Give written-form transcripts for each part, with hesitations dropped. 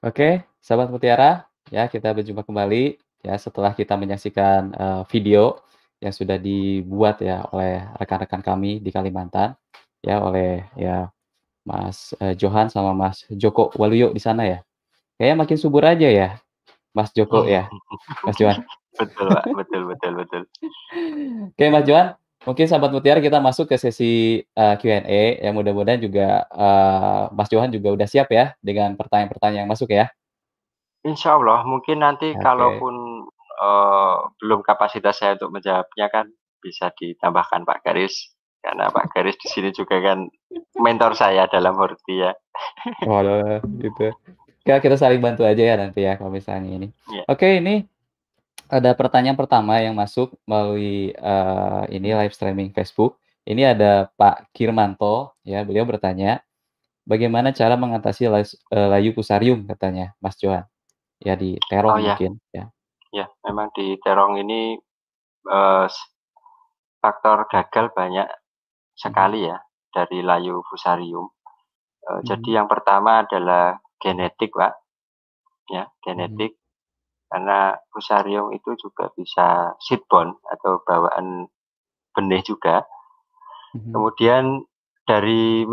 Oke, sahabat Mutiara, ya kita berjumpa kembali ya setelah kita menyaksikan, video yang sudah dibuat ya oleh rekan-rekan kami di Kalimantan, ya oleh ya Mas, Johan sama Mas Joko Waluyo di sana ya. Kayaknya makin subur aja ya Mas Joko ya, Mas Johan. Betul, Pak, betul betul betul. Oke Mas Johan, mungkin sahabat Mutiara kita masuk ke sesi, Q&A yang mudah-mudahan juga, Mas Johan juga udah siap ya dengan pertanyaan-pertanyaan yang masuk ya? Insya Allah mungkin nanti Oke. kalaupun, belum kapasitas saya untuk menjawabnya kan bisa ditambahkan Pak Garis, karena Pak Garis di sini juga kan mentor saya dalam Horti ya. Waduh, gitu. Ya kita saling bantu aja ya nanti ya kalau misalnya ini. Iya, Oke ini ada pertanyaan pertama yang masuk melalui, ini live streaming Facebook. Ini ada Pak Kirmanto ya, beliau bertanya, "Bagaimana cara mengatasi layu fusarium?" katanya, Mas Johan. Ya di oh terong ya, mungkin ya. ya memang di terong ini, eee, s faktor gagal banyak Mhm sekali ya dari layu fusarium. mhm Jadi yang pertama adalah genetik Pak, ya mhm genetik. Karena fusarium itu juga bisa seedborne atau bawaan benih juga. mhm Kemudian dari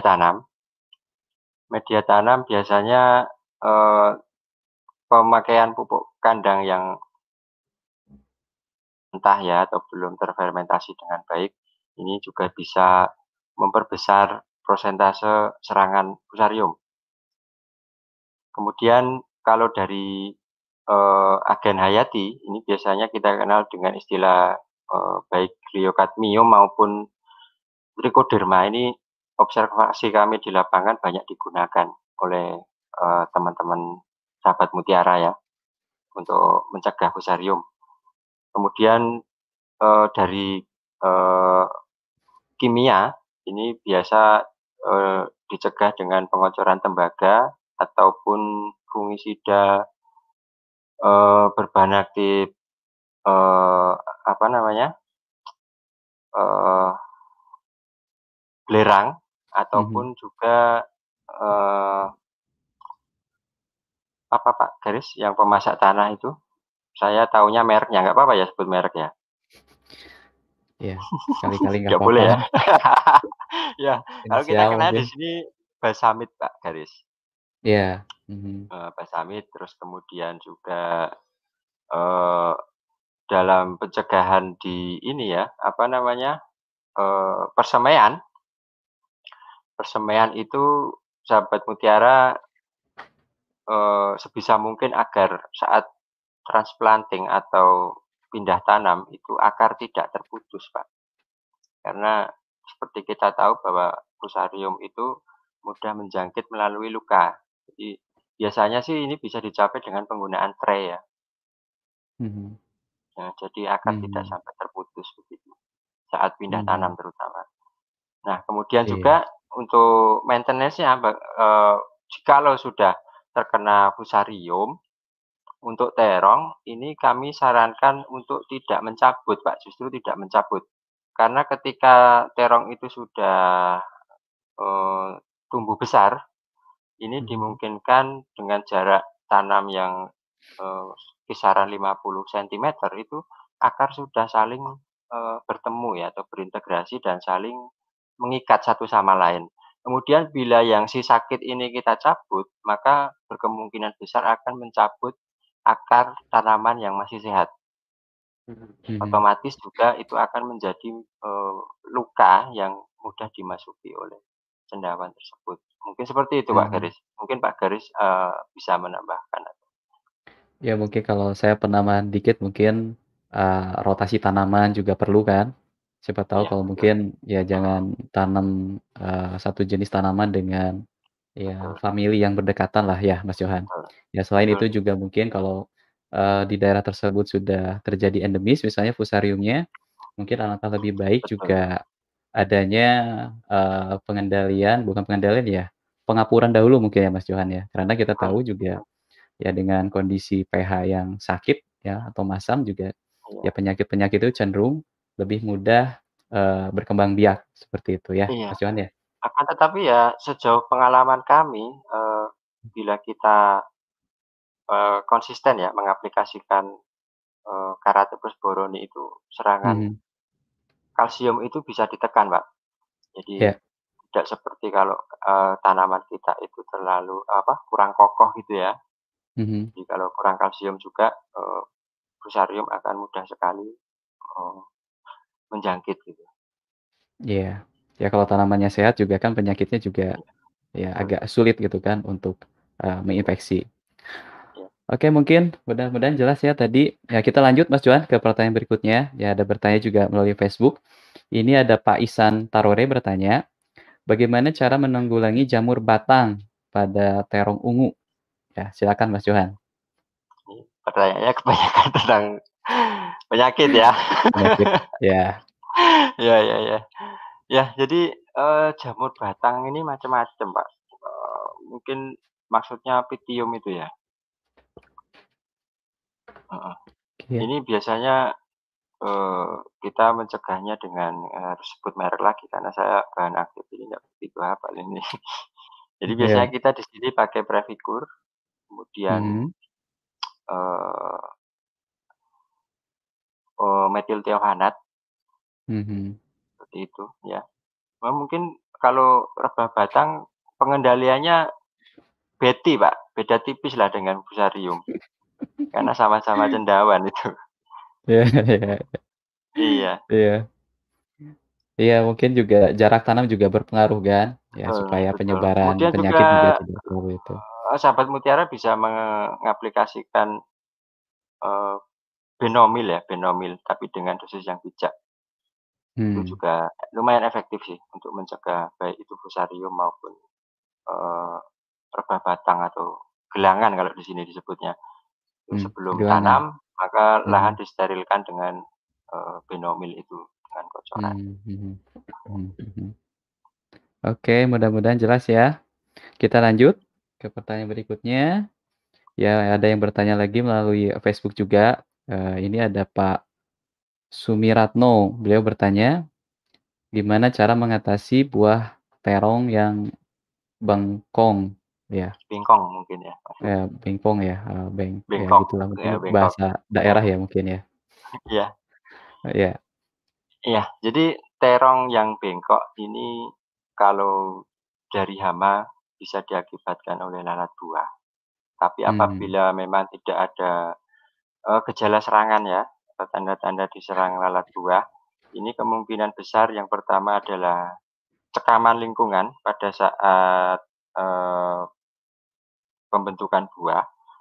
media tanam biasanya, eee, pemakaian pupuk kandang yang mentah ya atau belum terfermentasi dengan baik, ini juga bisa memperbesar prosentase serangan fusarium. Kemudian kalau dari, agen hayati, ini biasanya kita kenal dengan istilah, baik gliokadmium maupun trichoderma ini observasi kami di lapangan banyak digunakan oleh, teman-teman sahabat mutiara ya, untuk mencegah fusarium. Kemudian, dari, eee, kimia, ini biasa, dicegah dengan pengocoran tembaga ataupun fungisida, berbahan aktif, apa namanya, eee, belerang mhm. ataupun juga, apa Pak Garis, yang pemasak tanah itu? Saya taunya mereknya, nggak apa-apa ya sebut merek ya? Iya, sekali-kali nggak Nggak apa-apa boleh ya? lah, Ya, kalau kita inisial kenal di mungkin. sini Basamit Pak Garis, Iya, mhm Basamit, terus kemudian juga, eee, dalam pencegahan di ini ya, apa namanya, persemaian. Persemaian itu sahabat mutiara, sebisa mungkin agar saat transplanting atau pindah tanam itu akar tidak terputus, Pak. Karena seperti kita tahu bahwa fusarium itu mudah menjangkit melalui luka. Jadi biasanya sih ini bisa dicapai dengan penggunaan tray ya. mhm Ya, jadi akar tidak mhm sampai terputus begitu, saat pindah tanam mhm. terutama. Nah, kemudian Iya, juga untuk maintenance-nya, jikalau sudah terkena fusarium, untuk terong ini kami sarankan untuk tidak mencabut, Pak, justru tidak mencabut. Karena ketika terong itu sudah, eee, tumbuh besar, ini mhm dimungkinkan dengan jarak tanam yang, eee, kisaran 50 sentimeter itu akar sudah saling, bertemu ya atau berintegrasi dan saling mengikat satu sama lain. Kemudian bila yang si sakit ini kita cabut, maka berkemungkinan besar akan mencabut akar tanaman yang masih sehat. mhm. Otomatis juga itu akan menjadi, luka yang mudah dimasuki oleh cendawan tersebut. Mungkin seperti itu Pak Mmm, Garis. Mungkin Pak Garis, bisa menambahkan. ya mungkin kalau saya penambahan dikit mungkin, rotasi tanaman juga perlu kan. Siapa tahu Iya kalau betul mungkin ya jangan tanam, satu jenis tanaman dengan ya betul famili yang berdekatan lah ya Mas Johan. betul Ya selain betul itu juga mungkin kalau, di daerah tersebut sudah terjadi endemis misalnya fusariumnya, mungkin alangkah lebih baik betul. juga adanya, pengendalian bukan pengendalian ya, pengapuran dahulu mungkin ya Mas Johan ya. Karena kita Betul tahu juga betul. ya dengan kondisi pH yang sakit ya atau masam juga, ya Iya penyakit-penyakit itu cenderung lebih mudah, berkembang biak, seperti itu ya, iya. Mas Johan ya? Akan tetapi ya sejauh pengalaman kami, bila kita konsisten ya mengaplikasikan, Karate plus Boroni itu serangan Mhm, kalsium itu bisa ditekan, Mbak. Jadi iya, tidak seperti kalau, tanaman kita itu terlalu apa, kurang kokoh gitu ya. mhm, Jadi kalau kurang kalsium juga, fusarium akan mudah sekali, menjangkit gitu. iya. Ya kalau tanamannya sehat juga kan penyakitnya juga Iya, ya betul, agak sulit gitu kan untuk, iya, menginfeksi. iya, Oke mungkin mudah-mudahan jelas ya tadi. Ya kita lanjut Mas Johan ke pertanyaan berikutnya. Ya ada bertanya juga melalui Facebook. Ini ada Pak Isan Tarore bertanya, bagaimana cara menanggulangi jamur batang pada terong ungu? Ya silakan Mas Johan. ini pertanyaannya kebanyakan tentang penyakit ya. Penyakit. Ya. Iya, iya, iya. Ya, jadi, jamur batang ini macam-macam, Pak. Mungkin maksudnya Pythium itu ya? Heeh. Iya. Ini biasanya, kita mencegahnya dengan, harus sebut merek lagi karena saya bahan aktif ini nggak begitu hafal ini. Jadi biasanya Iya. kita di sini pakai Previcur, kemudian, Mhm, eee metilthiofanat, mhm. seperti itu, ya. Mungkin kalau rebah batang pengendaliannya Pak, beda tipis lah dengan Fusarium, karena sama-sama cendawan itu. Iya iya Iya, iya. Iya mungkin juga jarak tanam juga berpengaruh kan, ya betul, supaya betul. penyebaran Kemudian penyakit juga juga, tidak terlalu itu. sahabat mutiara bisa mengaplikasikan, eee, Benomil ya, Benomil, tapi dengan dosis yang bijak. Itu Hmm, juga lumayan efektif sih untuk mencegah baik itu Fusarium maupun, eee, rebah batang atau gelangan kalau di sini disebutnya. Itu sebelum gelangan. tanam, maka lahan Mhm, disterilkan dengan, Benomil itu, dengan kocoran. mhm, mhm. Oke mudah-mudahan jelas ya. Kita lanjut ke pertanyaan berikutnya. Ya ada yang bertanya lagi melalui Facebook juga, ini ada Pak Sumiratno, beliau bertanya, gimana cara mengatasi buah terong yang bengkong? Ya. Bengkong mungkin ya, Mas. Bengkong ya, ya Bengkok, gitulah mungkin ya bengkok. bahasa daerah ya mungkin ya? Iya, Iya, iya. Jadi terong yang bengkok ini kalau dari hama bisa diakibatkan oleh lalat buah. Tapi mhm, apabila memang tidak ada, gejala serangan ya, atau tanda-tanda diserang lalat buah, ini kemungkinan besar yang pertama adalah cekaman lingkungan pada saat, eee, pembentukan buah.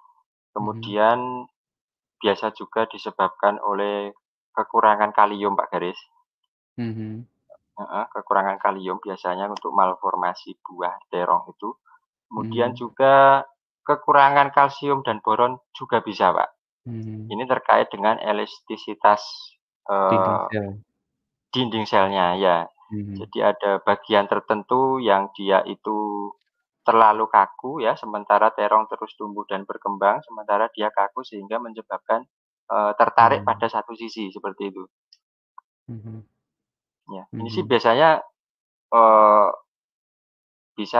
mhm, Kemudian biasa juga disebabkan oleh kekurangan kalium, Pak Garis. mhm, Heeh, kekurangan kalium biasanya untuk malformasi buah terong itu. Kemudian mhm, juga kekurangan kalsium dan boron juga bisa, Pak. mhm, Ini terkait dengan elastisitas, dinding eee, sel, dinding selnya, ya. mhm, Jadi ada bagian tertentu yang dia itu terlalu kaku ya, sementara terong terus tumbuh dan berkembang, sementara dia kaku sehingga menyebabkan, tertarik mmm, pada satu sisi, seperti itu. mhm, Ya, ini sih mhm, biasanya, eee, bisa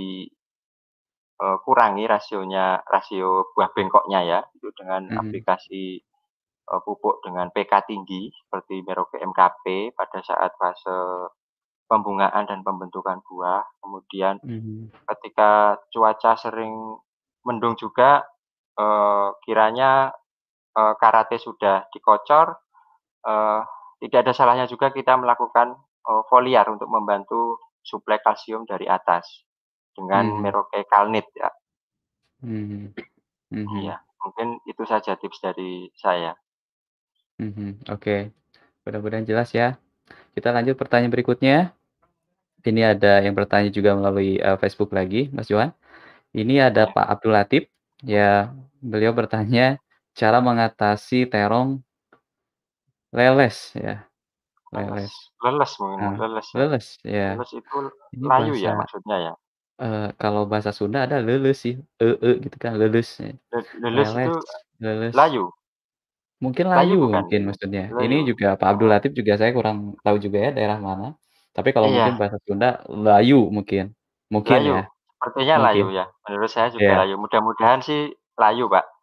kurangi rasio buah bengkoknya ya, itu dengan mhm, aplikasi, pupuk dengan pK tinggi seperti Merauke MKP pada saat fase pembungaan dan pembentukan buah. Kemudian mhm, ketika cuaca sering mendung juga, kiranya, karate sudah dikocor, eee, tidak ada salahnya juga kita melakukan, foliar untuk membantu suplai kalsium dari atas dengan mhm, Merauke Kalnit ya. mhm, mhm, Iya, mungkin itu saja tips dari saya. mhm, oke, mudah-mudahan jelas ya. Kita lanjut pertanyaan berikutnya, ini ada yang bertanya juga melalui, Facebook lagi, Mas Johan. Ini ada Ya, Pak Abdul Latif, ya beliau bertanya, cara mengatasi terong leles ya, leles. leles. Leles mungkin, Nah, leles ya. leles ya, Leles itu ini layu ya bahasa, maksudnya ya? kalau bahasa Sunda ada leuleus sih, gitu kan, leles ya, Leles itu leles, leles. layu? Mungkin Layu layu bukan? mungkin maksudnya. Ini Layu? juga Pak Abdul Oh, Latif juga saya kurang tahu juga ya daerah mana, tapi kalau mungkin iya, bahasa Sunda layu mungkin, mungkin layu. ya, Sepertinya mungkin. layu ya, menurut saya juga Iya, layu. Mudah-mudahan sih layu, Pak.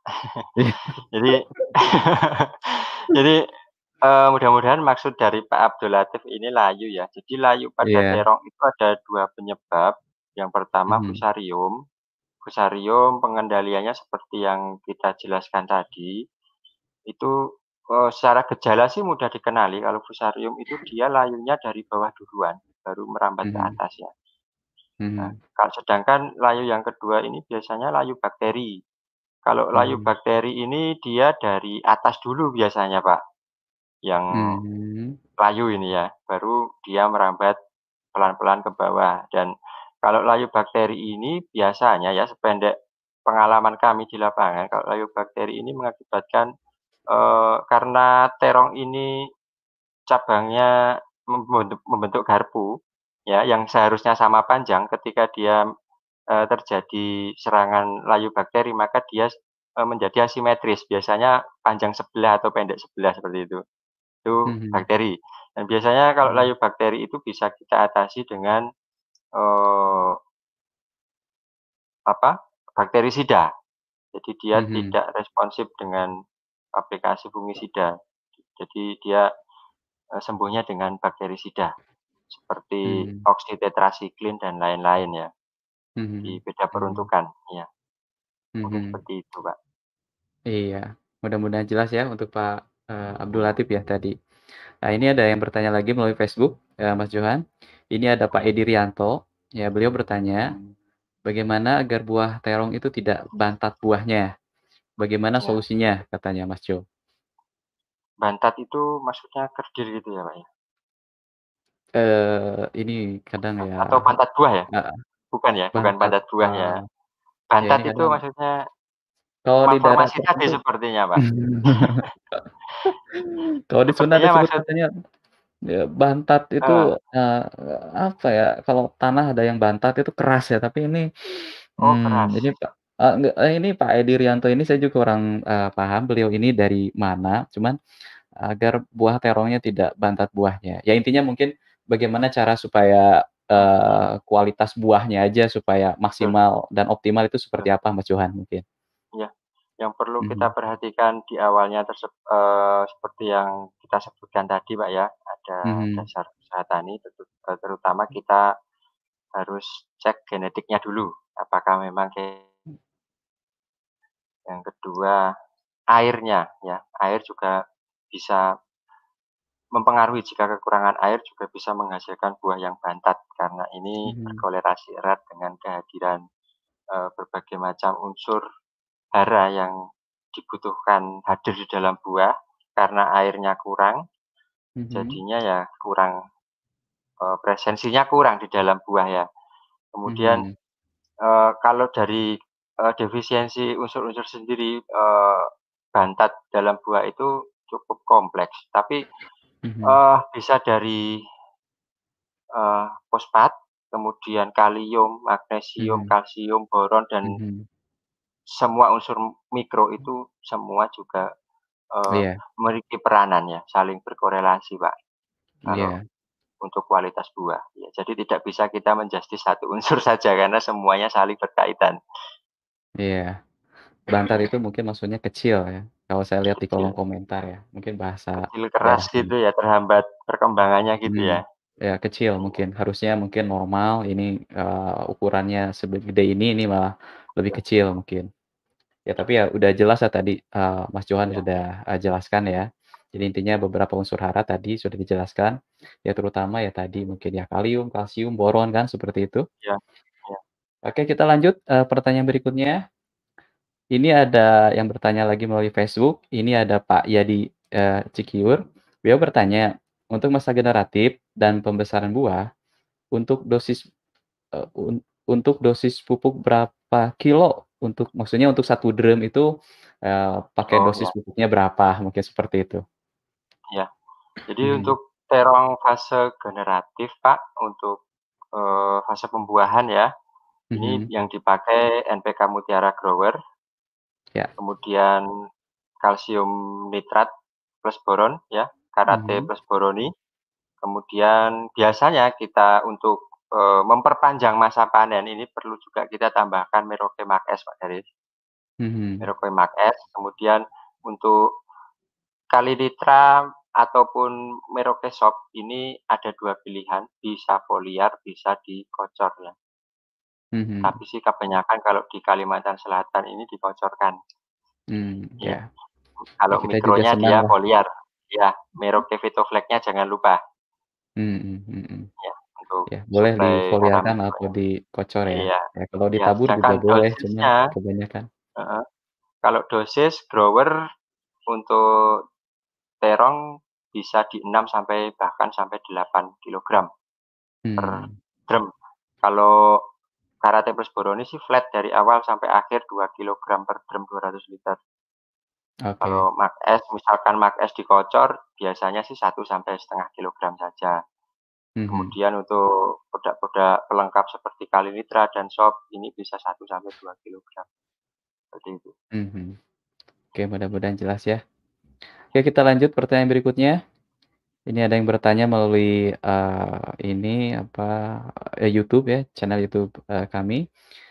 Iya, Jadi jadi, mudah-mudahan maksud dari Pak Abdul Latif ini layu ya. Jadi layu pada iya, terong itu ada 2 penyebab. Yang pertama mhm, fusarium. Fusarium pengendaliannya seperti yang kita jelaskan tadi, itu, secara gejala sih mudah dikenali kalau fusarium itu dia layunya dari bawah duluan, baru merambat ke mhm, atas ya. Nah, mhm, kalau sedangkan layu yang kedua ini biasanya layu bakteri. Kalau layu mhm, bakteri ini dia dari atas dulu biasanya, Pak, yang mmm, layu ini ya, baru dia merambat pelan-pelan ke bawah. Dan kalau layu bakteri ini biasanya ya, sependek pengalaman kami di lapangan, kalau layu bakteri ini mengakibatkan, karena terong ini cabangnya membentuk garpu, ya, yang seharusnya sama panjang ketika dia, terjadi serangan layu bakteri, maka dia, menjadi asimetris, biasanya panjang sebelah atau pendek sebelah seperti itu mhm, bakteri. Dan biasanya kalau mhm, layu bakteri itu bisa kita atasi dengan, eee, apa, bakterisida. Jadi dia mhm, tidak responsif dengan aplikasi fungisida. Jadi dia, sembuhnya dengan bakterisida, seperti mmm, oksitetrasiklin dan lain-lain ya, di mhm, beda mmm, peruntukan, iya, mungkin mhm. seperti itu, Pak. Iya, mudah-mudahan jelas ya untuk Pak, Abdul Latif ya tadi. Nah, ini ada yang bertanya lagi melalui Facebook, Mas Johan. Ini ada Pak Edi Rianto, ya beliau bertanya, "Bagaimana agar buah terong itu tidak bantat buahnya? Bagaimana Ya, solusinya?" Katanya Mas Jo. bantat itu maksudnya kerdil gitu ya, Pak, ya? Ini kadang ya Atau pantat buah ya? heeh, Bukan ya? Bukan bantat, pantat buah ya? ya Bantat ini itu kadang maksudnya kalau di daerah malformasi tadi tertentu sepertinya, Pak. kalau di Sunda Sepertinya disebut maksud katanya, bantat itu, heeh. apa ya, kalau tanah ada yang bantat itu keras ya, tapi ini Oh, keras. Ini Pak enggak, ini Pak Edi Rianto ini saya juga kurang, paham beliau ini dari mana, cuman agar buah terongnya tidak bantat buahnya. Ya intinya mungkin bagaimana cara supaya, kualitas buahnya aja supaya Betul, maksimal dan optimal itu seperti betul. apa Mas Johan mungkin? Iya. Yang perlu kita Mhm, perhatikan di awalnya seperti yang kita sebutkan tadi, Pak, ya, ada mhm, dasar usaha tani terutama kita harus cek genetiknya dulu, apakah memang yang kedua, airnya ya, air juga bisa mempengaruhi, jika kekurangan air juga bisa menghasilkan buah yang bantat, karena ini mhm, berkolerasi erat dengan kehadiran, berbagai macam unsur hara yang dibutuhkan hadir di dalam buah, karena airnya kurang, mhm, jadinya ya kurang, presensinya kurang di dalam buah ya. Kemudian, mhm, kalau dari, defisiensi unsur-unsur sendiri, bantat dalam buah itu cukup kompleks, tapi, mhm, bisa dari, fosfat, kemudian kalium, magnesium, mhm, kalsium, boron, dan mhm. semua unsur mikro itu semua juga, eee, Iya, memiliki peranan ya, saling berkorelasi, Pak, kalau iya, untuk kualitas buah, ya. Jadi tidak bisa kita menjustis satu unsur saja karena semuanya saling berkaitan. iya. Bantat itu mungkin maksudnya kecil ya, kalau saya lihat di kolom Kecil komentar ya, mungkin bahasa kecil keras daerah sini. gitu ya, terhambat perkembangannya gitu ya. Mhm, ya kecil mungkin, harusnya mungkin normal, ini, ukurannya segede ini malah lebih Iya, kecil mungkin. Ya tapi ya udah jelas ya tadi, Mas Johan iya, sudah, jelaskan ya. Jadi intinya beberapa unsur hara tadi sudah dijelaskan, ya terutama ya tadi mungkin ya kalium, kalsium, boron kan seperti itu. iya, iya, Oke kita lanjut, pertanyaan berikutnya. Ini ada yang bertanya lagi melalui Facebook, ini ada Pak Yadi, Cikiur. Beliau bertanya, "Untuk masa generatif dan pembesaran buah, untuk dosis, untuk dosis pupuk berapa kilo untuk maksudnya untuk satu drum itu, pakai oh dosis iya, pupuknya berapa?" Mungkin seperti itu. iya. Jadi Mhm, untuk terong fase generatif, Pak, untuk, fase pembuahan ya, ini mhm, yang dipakai NPK Mutiara Grower, ya, kemudian kalsium nitrat plus boron ya, Karate mhm, plus boroni. Kemudian biasanya kita untuk, memperpanjang masa panen ini perlu juga kita tambahkan Meroke Max S, Pak, dari Mhm. Merauke Mark S, kemudian untuk Kalilitra ataupun Merauke Shop ini ada 2 pilihan, bisa foliar, bisa dikocor ya. Mhm. Tapi sih kebanyakan kalau di Kalimantan Selatan ini dikocorkan, ya. Ya. Ya Kalau kita juga mikronya dia senanglah. foliar, ya. Merauke Vitoflex-nya jangan lupa, Mhm mhm. ya, untuk Ya boleh suplai garam difoliarkan atau mikronya. dikocor ya. Iya, Ya kalau iya, ditabur juga sedangkan boleh, cuman dosisnya kebanyakan. heeh, kalau dosis grower untuk terong bisa di 6 sampai bahkan sampai 8 kilogram per Mmm, drum. Kalau Karate Plus Boroni sih flat dari awal sampai akhir 2 kilogram per drum 200 liter. Kalau oke. Mark S, misalkan Mark S dikocor, biasanya sih 1 sampai setengah kilogram saja. Mhm Kemudian untuk produk-produk pelengkap seperti Kalilitra dan Shop ini bisa 1 sampai 2 kilogram, seperti itu. mhm. Oke, mudah-mudahan jelas ya. Oke, kita lanjut pertanyaan berikutnya. Ini ada yang bertanya melalui, ini apa, YouTube ya, channel YouTube, kami.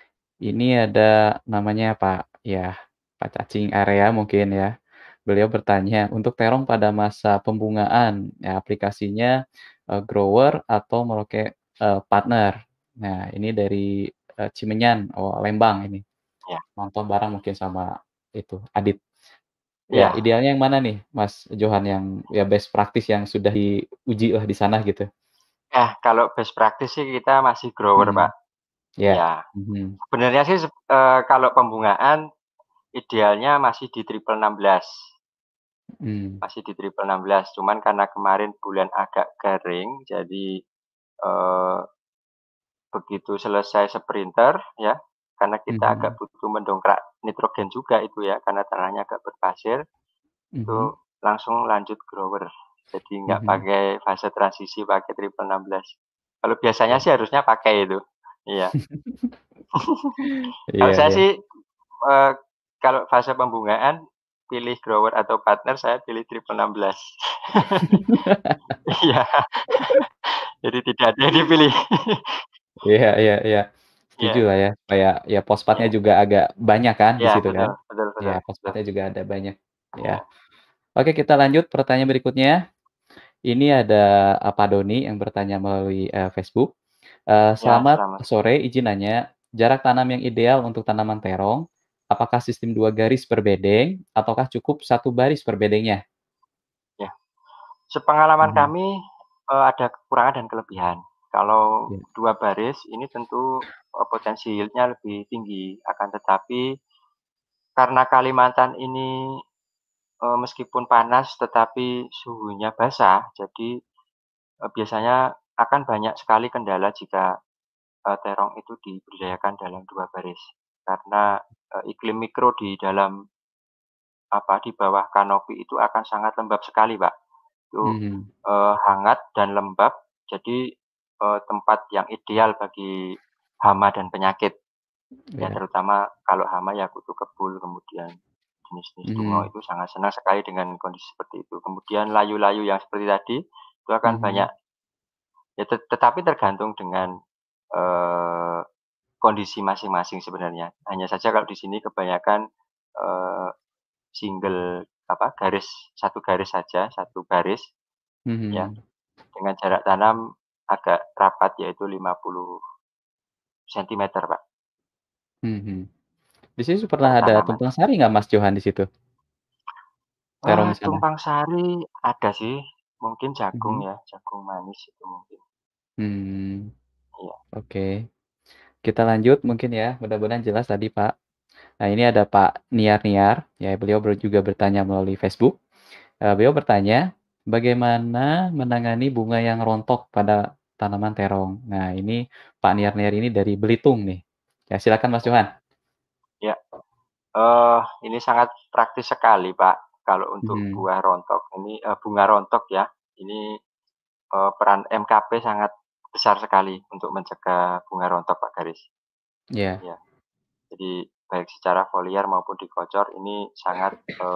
Ini ada namanya Pak ya, Pak Cacing Area mungkin ya. Beliau bertanya, "Untuk terong pada masa pembungaan, ya aplikasinya, grower atau Merauke, partner?" Nah, ini dari, Cimenyan, oh Lembang ini. Ya, Nonton bareng mungkin sama itu, Adit. Ya, iya. idealnya yang mana nih, Mas Johan, yang ya best practice yang sudah diuji lah di sana gitu? Kalau best practice sih kita masih grower, Pak. Mhm, ya, Iya. mhm, Sebenarnya sih kalau pembungaan idealnya masih di triple 16, mmm, masih di triple 16, cuman karena kemarin bulan agak garing, jadi, eee, begitu selesai sprinter ya, karena kita agak mhm, butuh mendongkrak nitrogen juga itu ya, karena tanahnya agak berpasir, itu mhm, langsung lanjut grower. Jadi nggak mhm. pakai fase transisi, pakai triple 16. Kalau biasanya Oke. sih harusnya pakai itu, iya. Kalau Iya saya iya. sih, eee, kalau fase pembungaan, pilih grower atau partner, saya pilih triple 16. Iya, jadi tidak ada yang dipilih. Iya iya iya. Iya, Setujulah ya, kayak ya fosfatnya iya, juga agak banyak kan di iya, situ kan? betul, betul, Ya betul, betul. fosfatnya juga ada banyak, ya. Iya, Oke, kita lanjut pertanyaan berikutnya. Ini ada, Pak Doni yang bertanya melalui, Facebook. iya, "Selamat selamat. sore, izin nanya, jarak tanam yang ideal untuk tanaman terong, apakah sistem 2 garis per bedeng ataukah cukup 1 baris per bedengnya?" Ya, sepengalaman Mhm, kami, ada kekurangan dan kelebihan. Kalau iya, 2 baris ini tentu, potensi yield-nya lebih tinggi, akan tetapi karena Kalimantan ini, meskipun panas tetapi suhunya basah, jadi, biasanya akan banyak sekali kendala jika, terong itu diberdayakan dalam 2 baris. Karena, iklim mikro di dalam di bawah kanopi itu akan sangat lembab sekali, Pak. Itu, mhm, hangat dan lembab, jadi, tempat yang ideal bagi hama dan penyakit. Ya iya, terutama kalau hama ya kutu kebul, kemudian jenis-jenis dungo mhm, itu sangat senang sekali dengan kondisi seperti itu. Kemudian layu-layu yang seperti tadi, itu akan banyak mhm, ya tetapi tergantung dengan, eee, kondisi masing-masing sebenarnya. Hanya saja kalau di sini kebanyakan, eee, single garis, satu garis saja, satu baris ya, mhm, dengan jarak tanam agak rapat yaitu 50 sentimeter, Pak, mhm. Di situ pernah per ada tanaman. tumpang sari nggak Mas Johan di situ? Terong di sana? Tumpang sari ada sih, mungkin jagung Mhm. ya, jagung manis itu mungkin. Mmm, Iya, oke. Kita lanjut mungkin ya, mudah-mudahan jelas tadi, Pak. Nah, ini ada Pak Niar-Niar, ya beliau juga bertanya melalui Facebook. Beliau bertanya, "Bagaimana menangani bunga yang rontok pada tanaman terong?" Nah, ini Pak Niar-Niar ini dari Belitung nih. Ya, silakan Mas Johan. iya, ini sangat praktis sekali, Pak, kalau untuk Mhm, buah rontok ini, bunga rontok ya, ini, peran MKP sangat besar sekali untuk mencegah bunga rontok, Pak Garis. iya, Iya, jadi baik secara foliar maupun dikocor ini sangat,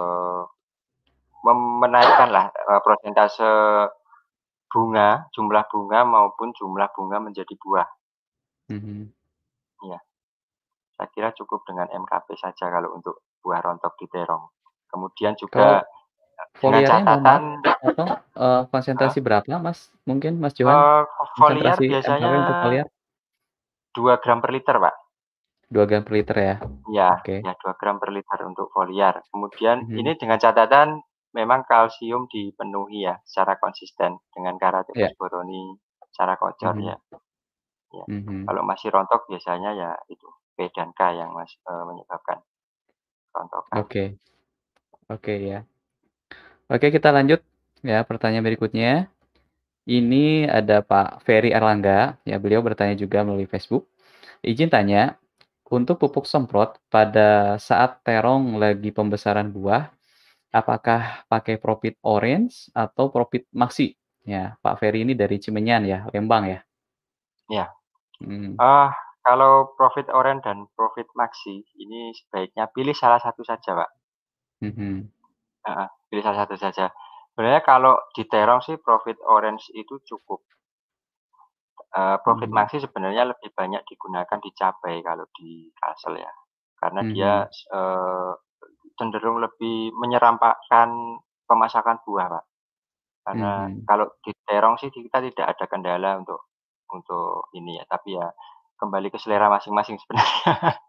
menaikkanlah, persentase jumlah bunga maupun jumlah bunga menjadi buah, mhm. iya. Saya kira cukup dengan MKP saja kalau untuk buah rontok di terong. Kemudian Kalau juga dengan foliarnya mohon maaf, catatan potong, konsentrasi berapa Mas, mungkin Mas Johan? eee, foliar Konsentrasi biasanya MKW untuk foliar? 2 gram per liter, Pak. 2 gram per liter ya? Iya, Oke. ya 2 gram per liter untuk foliar. Kemudian Mhm. ini dengan catatan memang kalsium dipenuhi ya secara konsisten dengan karate Iya. fosforoni secara kocar Mhm. ya, ya. Mhm. Kalau masih rontok biasanya ya itu P dan K yang menyebabkan rontokan. Oke. Oke ya. Oke kita lanjut ya pertanyaan berikutnya. Ini ada Pak Ferry Erlangga, ya beliau bertanya juga melalui Facebook. Izin tanya, untuk pupuk semprot pada saat terong lagi pembesaran buah, apakah pakai Profit Orange atau Profit Maxi? Ya, Pak Ferry ini dari Cimenyan ya, Lembang ya? Ya, Mhm. ah, kalau Profit Orange dan Profit Maxi ini sebaiknya pilih salah satu saja, Pak. Mhm. Heeh, pilih salah satu saja. Sebenarnya kalau di terong sih Profit Orange itu cukup. Profit Mhm. Maxi sebenarnya lebih banyak digunakan di cabai kalau di Kalsel ya. Karena dia, Mhm. cenderung lebih menyerampakkan pemasakan buah, Pak. Karena Mhm. kalau di terong sih kita tidak ada kendala untuk ini ya, tapi ya kembali ke selera masing-masing sebenarnya.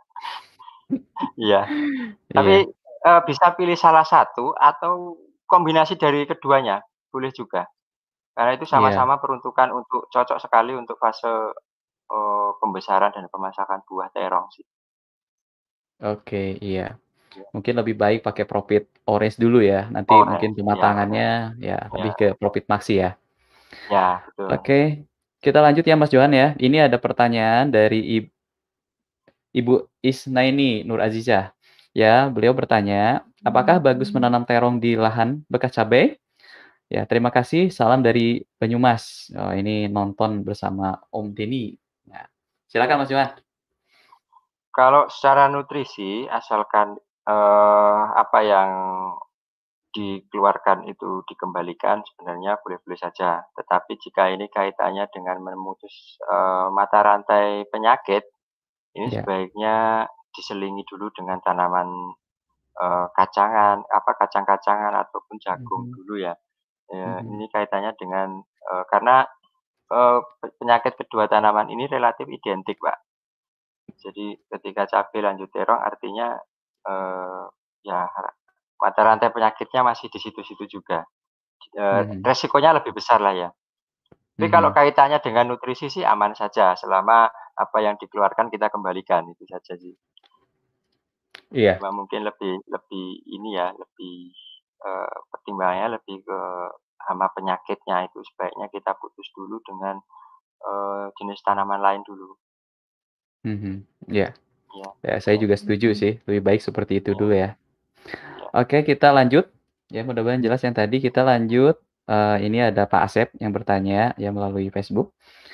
Iya, tapi, Iya. bisa pilih salah satu atau kombinasi dari keduanya, boleh juga. Karena itu Iya. sama-sama peruntukan untuk cocok sekali untuk fase, pembesaran dan pemasakan buah terong sih. Oke, iya. Iya, Mungkin lebih baik pakai Profit Orange dulu ya, nanti mungkin orange, ya pematangannya orange, ya ya lebih ke Profit Maxi ya. ya betul. Oke, kita lanjut ya Mas Johan ya. Ini ada pertanyaan dari Ibu Isnaini Nur Azizah. Ya, beliau bertanya, apakah bagus menanam terong di lahan bekas cabai? Ya, terima kasih. Salam dari Banyumas. Oh, ini nonton bersama Om Denny. Nah, silakan Mas Johan. Kalau secara nutrisi asalkan, apa yang dikeluarkan itu dikembalikan sebenarnya boleh-boleh saja. Tetapi jika ini kaitannya dengan memutus, mata rantai penyakit, ini Ya. sebaiknya diselingi dulu dengan tanaman, kacang-kacangan ataupun jagung Mhm. dulu ya. Mhm. Ini kaitannya dengan, karena, penyakit kedua tanaman ini relatif identik, Pak. Jadi ketika cabai lanjut terong artinya, ya mata rantai penyakitnya masih di situ-situ juga. Mhm. Resikonya lebih besar lah ya. Tapi kalau Mhm. kaitannya dengan nutrisi sih aman saja, selama apa yang dikeluarkan kita kembalikan, itu saja sih. Iya. Cuma mungkin lebih lebih ini ya, lebih, pertimbangannya lebih ke hama penyakitnya itu sebaiknya kita putus dulu dengan, jenis tanaman lain dulu. Mhm. Iya. Iya Ya, saya juga setuju sih, lebih baik seperti itu iya dulu ya. iya Oke, kita lanjut. Ya, mudah-mudahan jelas yang tadi. Kita lanjut, ini ada Pak Asep yang bertanya ya melalui Facebook.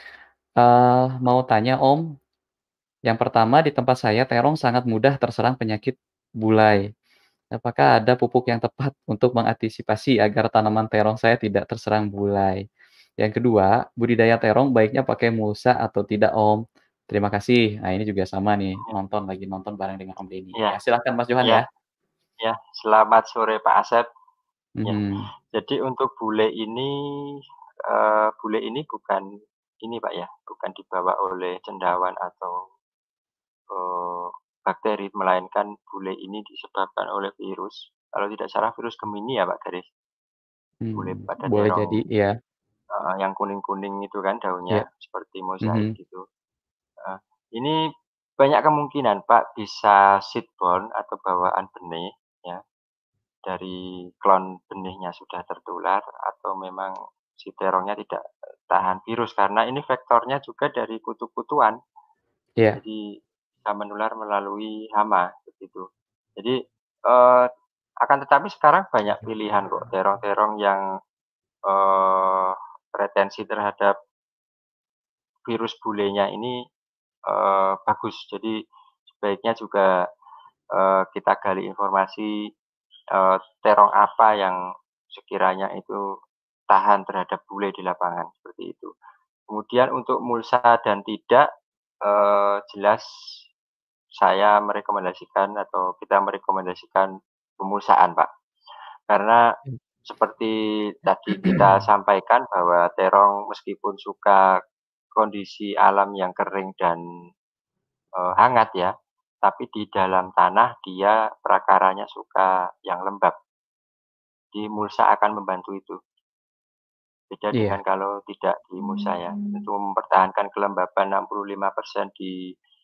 Mau tanya Om, yang pertama di tempat saya terong sangat mudah terserang penyakit bulai. Apakah ada pupuk yang tepat untuk mengantisipasi agar tanaman terong saya tidak terserang bulai? Yang kedua, budidaya terong baiknya pakai mulsa atau tidak Om? Terima kasih. Nah, ini juga sama nih, lagi nonton bareng dengan Om Denny. iya Ya, silakan Mas Johan iya ya. iya. Selamat sore Pak Asep. Ya, Mhm. jadi untuk bule ini bukan ini Pak ya, bukan dibawa oleh cendawan atau, eee, bakteri, melainkan bule ini disebabkan oleh virus. Kalau tidak salah virus Gemini ya Pak, dari bule pada Boleh terong, jadi, iya. yang kuning-kuning itu kan daunnya, Iya. seperti mozaik Mhm. gitu. Heeh. Ini banyak kemungkinan Pak, bisa seedborne atau bawaan benih ya. Dari klon benihnya sudah tertular atau memang si terongnya tidak tahan virus, karena ini vektornya juga dari kutu-kutuan, Iya. jadi bisa menular melalui hama, begitu. Jadi, eee, akan tetapi sekarang banyak pilihan kok terong-terong yang, eee, retensi terhadap virus bulenya ini, bagus. Jadi sebaiknya juga, kita gali informasi, terong apa yang sekiranya itu tahan terhadap bule di lapangan, seperti itu. Kemudian untuk mulsa dan tidak, jelas saya merekomendasikan atau kita merekomendasikan pemulsaan, Pak. Karena Mmm. seperti tadi kita sampaikan bahwa terong meskipun suka kondisi alam yang kering dan, hangat ya, tapi di dalam tanah dia prakaranya suka yang lembab. Di mulsa akan membantu itu. Beda dengan Iya. kalau tidak di mulsa ya, untuk mempertahankan kelembaban 65% di,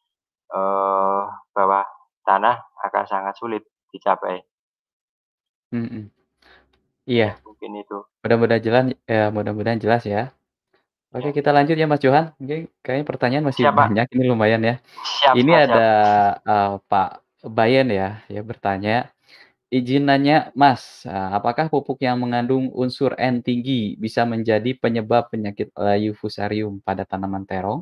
eee, bawah tanah akan sangat sulit dicapai. Mhm. Iya, Ya mungkin itu. mudah-mudahan jelas ya. Oke, Ya. kita lanjut ya, Mas Johan. Mungkin kayaknya pertanyaan masih Siap, Pak. banyak ini lumayan ya. Siap, Ini Pak, ada, siap. Pak Bayen ya bertanya, izin nanya Mas, apakah pupuk yang mengandung unsur N tinggi bisa menjadi penyebab penyakit layu fusarium pada tanaman terong?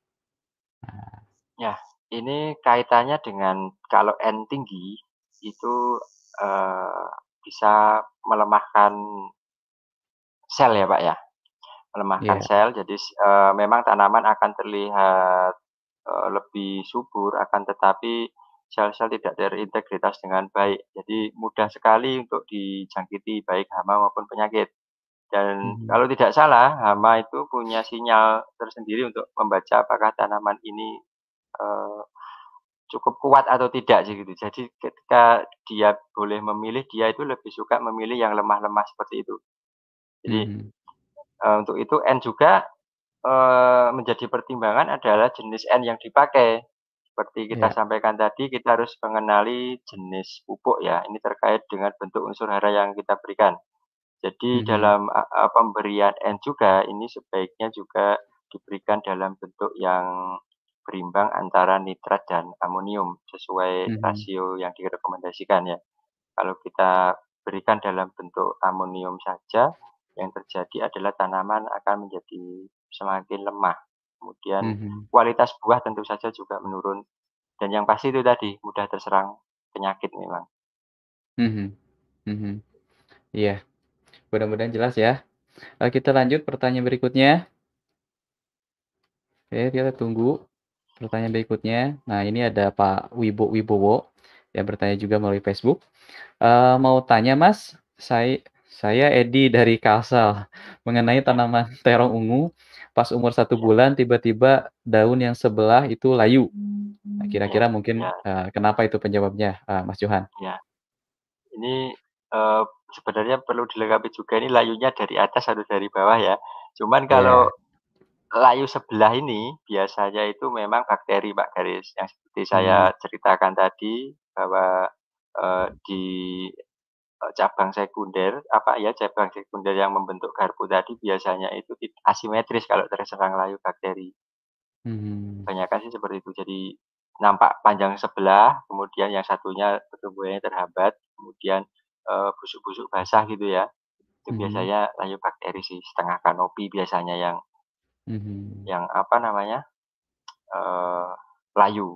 Nah, Ya, ini kaitannya dengan kalau N tinggi itu, eee, bisa melemahkan sel ya, Pak, ya. Melemahkan iya, sel jadi memang tanaman akan terlihat, lebih subur akan tetapi sel-sel tidak terintegritas dengan baik. Jadi mudah sekali untuk dijangkiti baik hama maupun penyakit. Dan mhm, kalau tidak salah hama itu punya sinyal tersendiri untuk membaca apakah tanaman ini, eee, cukup kuat atau tidak sih gitu. Jadi ketika dia boleh memilih, dia itu lebih suka memilih yang lemah-lemah seperti itu. Jadi, mhm, untuk itu N juga menjadi pertimbangan adalah jenis N yang dipakai. Seperti kita iya, sampaikan tadi, kita harus mengenali jenis pupuk ya, ini terkait dengan bentuk unsur hara yang kita berikan. Jadi mhm, dalam, pemberian N juga, ini sebaiknya juga diberikan dalam bentuk yang berimbang antara nitrat dan amonium, sesuai mhm, rasio yang direkomendasikan ya. Kalau kita berikan dalam bentuk amonium saja, yang terjadi adalah tanaman akan menjadi semakin lemah. Kemudian mhm, kualitas buah tentu saja juga menurun dan yang pasti itu tadi, mudah terserang penyakit memang. mhm, mhm. Iya, mudah-mudahan jelas ya. Kita lanjut pertanyaan berikutnya. Oke, kita tunggu pertanyaan berikutnya. Nah, ini ada Pak Wibowo yang bertanya juga melalui Facebook. Mau tanya Mas, saya Edi dari Kalsel, mengenai Ya, tanaman terong ungu, pas umur 1 iya, bulan tiba-tiba daun yang sebelah itu layu. Nah, iya, kira-kira mungkin, iya, kenapa itu penyebabnya, Mas Johan? iya. Ini, eee, sebenarnya perlu dilengkapi juga ini layunya dari atas atau dari bawah ya. Cuman kalau Iya, layu sebelah ini biasanya itu memang bakteri Pak, garis yang seperti saya mmm, ceritakan tadi bahwa, di, cabang sekunder, apa ya, cabang sekunder yang membentuk garpu tadi biasanya itu asimetris kalau terserang layu bakteri. mhm, Kebanyakan sih seperti itu. Jadi nampak panjang sebelah, kemudian yang satunya pertumbuhannya terhambat, kemudian, busuk-busuk basah gitu ya. Itu mhm, biasanya layu bakteri sih, setengah kanopi biasanya mhm, yang apa namanya, eee, layu.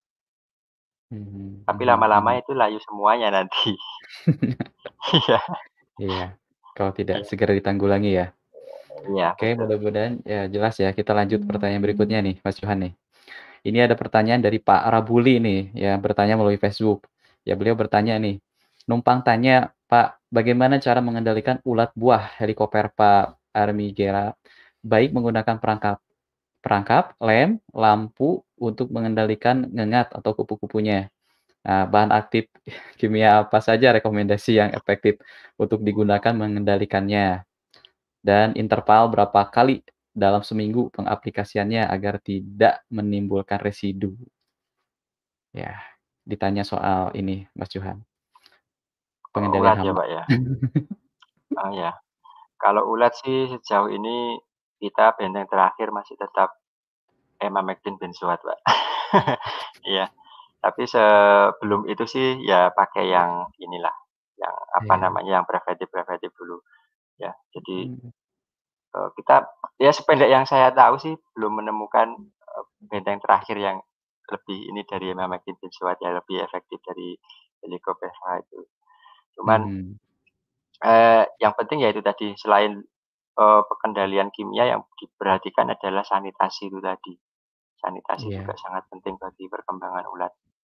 mhm, Tapi mhm, lama-lama mhm. itu layu semuanya nanti. Iya, Iya, kalau tidak iya, segera ditanggulangi ya. iya, Oke, betul. mudah-mudahan ya jelas ya. Kita lanjut pertanyaan berikutnya nih, Mas Johan nih. Ini ada pertanyaan dari Pak Rabuli nih, yang bertanya melalui Facebook. Ya, beliau bertanya nih, numpang tanya, "Pak, bagaimana cara mengendalikan ulat buah Helicoverpa armigera, baik menggunakan perangkap perangkap, lem, lampu untuk mengendalikan ngengat atau kupu-kupunya? Nah, bahan aktif kimia apa saja rekomendasi yang efektif untuk digunakan mengendalikannya? Dan interval berapa kali dalam seminggu pengaplikasiannya agar tidak menimbulkan residu?" Ya, ditanya soal ini, Mas Johan, pengendalian Ulat ya, hama. Pak, ya? Oh, ya. Kalau ulat sih sejauh ini kita benteng terakhir masih tetap Emamectin benzoat, Pak. Iya. Tapi sebelum itu sih ya pakai yang inilah, yang apa Iya, namanya, yang preventif-preventif dulu, ya. Jadi, mhm, kita ya sependek yang saya tahu sih belum menemukan, benteng terakhir yang lebih ini dari Emamectin benzoat ya, lebih efektif dari Helicoverpa itu. Cuman, mhm, yang penting ya itu tadi, selain, pengendalian kimia yang diperhatikan adalah sanitasi itu tadi. Sanitasi juga iya, sangat penting bagi perkembangan ulat.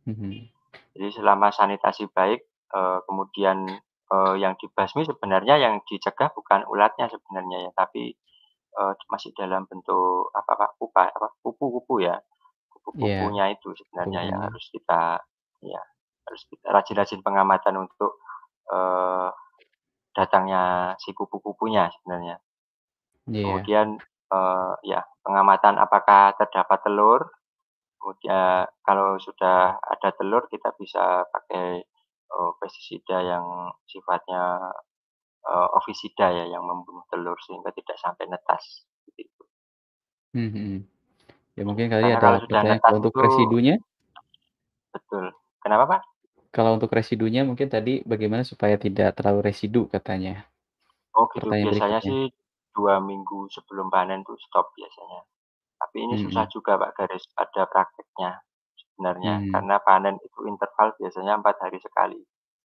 Mhm. Jadi selama sanitasi baik, kemudian, yang dibasmi sebenarnya yang dicegah bukan ulatnya sebenarnya ya, tapi, masih dalam bentuk apa Pak, kupu-kupu ya, Iya, kupu-kupunya itu sebenarnya yang kupu-kupunya. harus kita ya, harus kita rajin-rajin pengamatan untuk, eee, datangnya si kupu-kupunya sebenarnya. Iya. Kemudian, ya pengamatan apakah terdapat telur, kemudian kalau sudah ada telur kita bisa pakai, pestisida yang sifatnya, ofisida ya yang membunuh telur sehingga tidak sampai netas, seperti itu. Mhm mhm. Ya mungkin kali Karena ada kalau sudah pertanyaan netas kalau untuk itu residunya? betul. Kenapa Pak? Kalau untuk residunya mungkin tadi bagaimana supaya tidak terlalu residu katanya? Oh gitu, Pertanyaan biasanya berikutnya. sih 2 minggu sebelum panen tuh stop biasanya. Tapi ini susah Mhm. juga Pak garis pada prakteknya sebenarnya, Mmm. karena panen itu interval biasanya 4 hari sekali.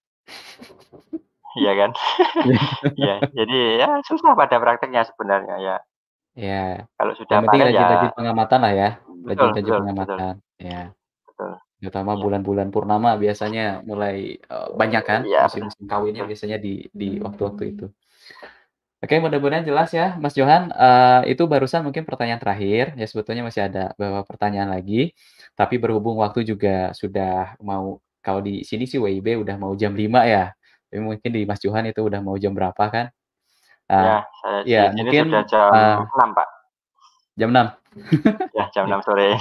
Iya kan? Iya, jadi ya susah pada prakteknya sebenarnya ya. Iya, Kalau yang sudah penting panen rajin-rajin ya pengamatan lah ya, betul rajin-rajin betul betul pengamatan, iya. betul. Terutama Iya bulan-bulan purnama biasanya mulai, banyak kan iya betul musim-musim kawinnya betul. biasanya di waktu-waktu itu. Oke, mudah-mudahan jelas ya, Mas Johan, itu barusan mungkin pertanyaan terakhir, ya sebetulnya masih ada beberapa pertanyaan lagi, tapi berhubung waktu juga sudah mau kalau di sini sih WIB udah mau jam 5 ya, tapi mungkin di Mas Johan itu udah mau jam berapa kan? Ya, Nah, saya di ya sini sudah mungkin, jam 6 Pak. jam 6. Ya jam Iya, 6 sore.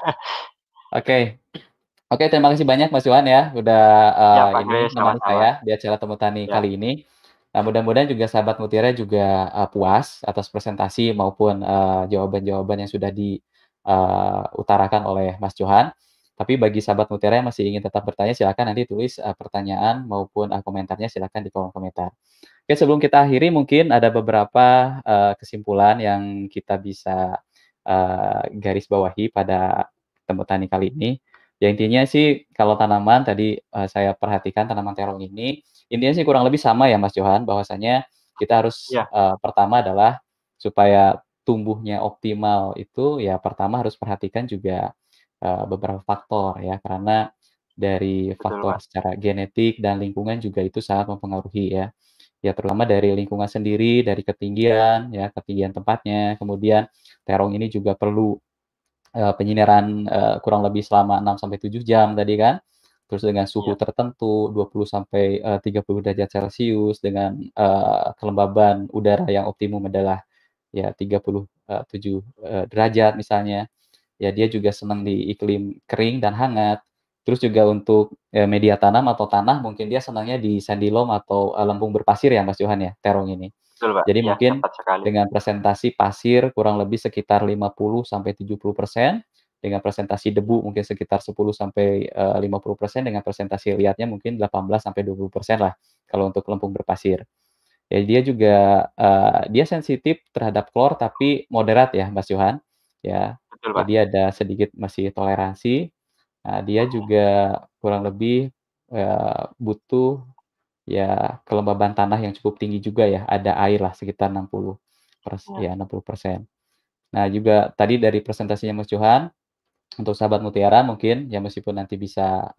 oke. Oke, terima kasih banyak Mas Johan ya, udah, Ya Pak ini Kris, menemani sama-sama. saya di acara Temu Tani Ya kali ini. Nah, mudah-mudahan juga sahabat Mutiara juga, puas atas presentasi maupun, jawaban-jawaban yang sudah utarakan oleh Mas Johan. Tapi bagi sahabat Mutiara yang masih ingin tetap bertanya, silakan nanti tulis, pertanyaan maupun, komentarnya silakan di kolom komentar. Oke, sebelum kita akhiri mungkin ada beberapa, kesimpulan yang kita bisa, garis bawahi pada Temu Tani kali ini. Ya intinya sih kalau tanaman tadi, saya perhatikan tanaman terong ini, intinya sih kurang lebih sama ya Mas Johan, bahwasanya kita harus, iya, pertama adalah supaya tumbuhnya optimal itu ya pertama harus perhatikan juga, beberapa faktor ya, karena dari betul faktor Pak. secara genetik dan lingkungan juga itu sangat mempengaruhi ya. Ya terutama dari lingkungan sendiri, dari ketinggian ya, ketinggian tempatnya, kemudian terong ini juga perlu penyinaran, kurang lebih selama 6 sampai 7 jam tadi kan, terus dengan suhu Iya tertentu 20 sampai, 30 derajat celcius dengan, kelembaban udara yang optimum adalah ya 37, derajat misalnya. Ya dia juga senang di iklim kering dan hangat. Terus juga untuk, media tanam atau tanah mungkin dia senangnya di sandy loam atau, lempung berpasir ya Mas Johan ya, terong ini. betul Pak. Jadi Iya mungkin tepat sekali. dengan presentasi pasir kurang lebih sekitar 50 sampai 70%, dengan presentasi debu mungkin sekitar 10 sampai, 50%, dengan presentasi liatnya mungkin 18 sampai 20% lah, kalau untuk lempung berpasir. Ya dia juga, dia sensitif terhadap klor tapi moderat ya Mas Johan, ya. Betul Pak. Jadi ada sedikit masih toleransi. Nah dia juga kurang lebih, butuh ya kelembaban tanah yang cukup tinggi juga ya, ada air lah sekitar Iya 60%. Nah juga tadi dari presentasinya Mas Johan, untuk sahabat mutiara mungkin ya meskipun nanti bisa,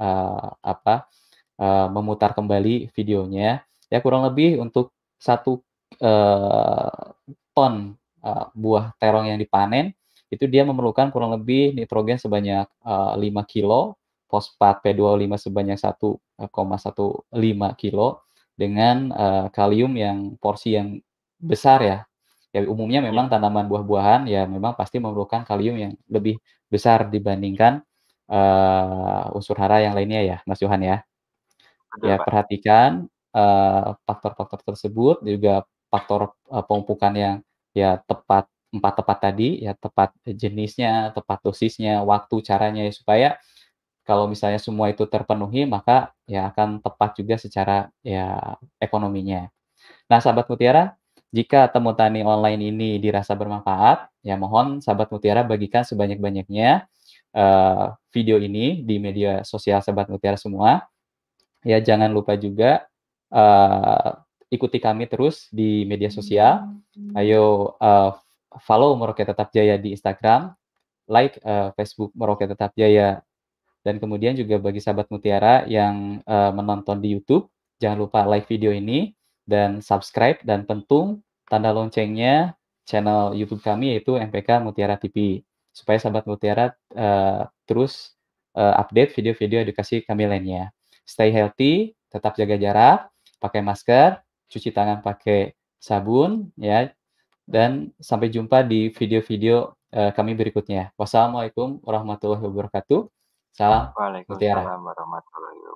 memutar kembali videonya, ya kurang lebih untuk 1 eee, ton, buah terong yang dipanen, itu dia memerlukan kurang lebih nitrogen sebanyak, 5 kilo, fosfat P2O5 sebanyak 1,15 kilo, dengan, kalium yang porsi yang besar ya. Ya umumnya iya, memang tanaman buah-buahan ya memang pasti memerlukan kalium yang lebih besar dibandingkan, unsur hara yang lainnya ya, Mas Johan ya. betul Ya Pak. perhatikan, faktor-faktor tersebut, juga faktor, pemupukan yang ya tepat tadi, ya tepat jenisnya, tepat dosisnya, waktu, caranya, ya supaya kalau misalnya semua itu terpenuhi, maka ya akan tepat juga secara ya ekonominya. Nah, sahabat mutiara, jika temu tani online ini dirasa bermanfaat, ya mohon sahabat mutiara bagikan sebanyak-banyaknya, video ini di media sosial sahabat mutiara semua. Ya jangan lupa juga, eee, ikuti kami terus di media sosial. Ayo, follow Merauke Tetap Jaya di Instagram, like, Facebook Merauke Tetap Jaya dan kemudian juga bagi sahabat Mutiara yang, menonton di YouTube, jangan lupa like video ini dan subscribe dan pentung tanda loncengnya channel YouTube kami yaitu MPK Mutiara TV, supaya sahabat Mutiara, terus, update video-video edukasi kami lainnya. Stay healthy, tetap jaga jarak, pakai masker, cuci tangan pakai sabun ya, dan sampai jumpa di video-video, kami berikutnya. Wassalamualaikum warahmatullahi wabarakatuh. Salam Mutiara. Waalaikumsalam warahmatullahi